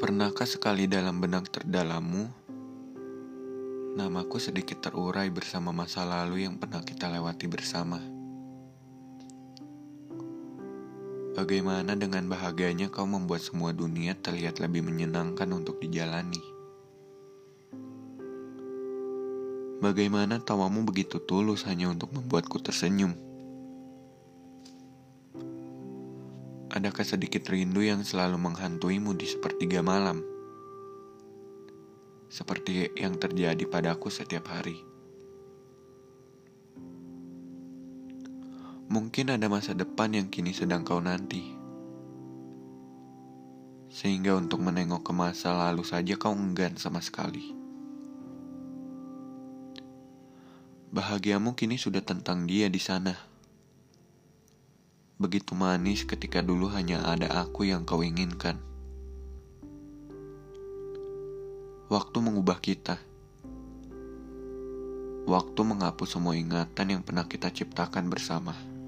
Pernahkah sekali dalam benak terdalammu, namaku sedikit terurai bersama masa lalu yang pernah kita lewati bersama? Bagaimana dengan bahagianya kau membuat semua dunia terlihat lebih menyenangkan untuk dijalani? Bagaimana tawamu begitu tulus hanya untuk membuatku tersenyum? Adakah sedikit rindu yang selalu menghantuimu di sepertiga malam? Seperti yang terjadi padaku setiap hari. Mungkin ada masa depan yang kini sedang kau nanti. Sehingga untuk menengok ke masa lalu saja kau enggan sama sekali. Bahagiamu kini sudah tentang dia di sana. Begitu manis ketika dulu hanya ada aku yang kau inginkan. Waktu mengubah kita. Waktu menghapus semua ingatan yang pernah kita ciptakan bersama.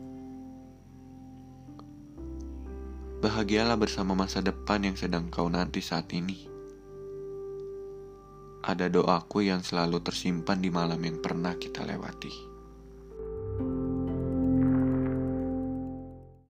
Bahagialah bersama masa depan yang sedang kau nanti saat ini. Ada doaku yang selalu tersimpan di malam yang pernah kita lewati.